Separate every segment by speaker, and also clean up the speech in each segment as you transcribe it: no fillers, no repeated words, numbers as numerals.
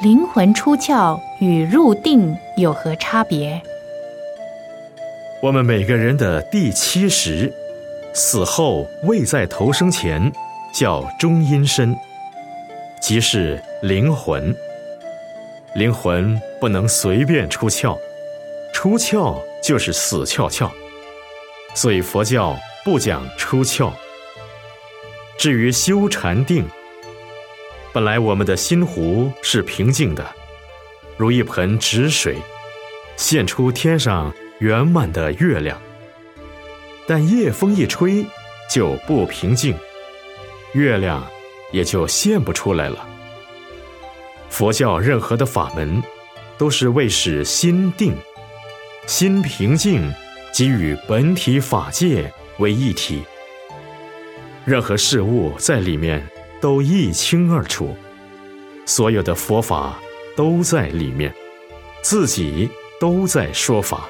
Speaker 1: 灵魂出窍与入定有何差别？
Speaker 2: 我们每个人的第七识，死后未在投生前，叫中阴身，即是灵魂。灵魂不能随便出窍，出窍就是死翘翘，所以佛教不讲出窍。至于修禅定，本来我们的心湖是平静的，如一盆止水，现出天上圆满的月亮。但夜风一吹，就不平静，月亮也就现不出来了。佛教任何的法门，都是为使心定，心平静，即与本体法界为一体。任何事物在里面都一清二楚，所有的佛法都在里面，自己都在说法。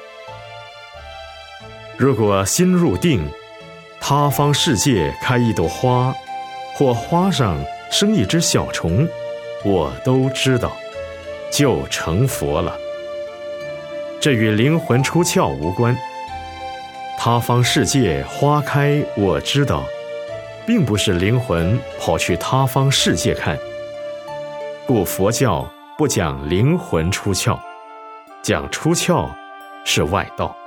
Speaker 2: 如果心入定，他方世界开一朵花，或花上生一只小虫，我都知道，就成佛了。这与灵魂出窍无关。他方世界花开我知道，并不是灵魂跑去他方世界看。故佛教不讲灵魂出窍，讲出窍是外道。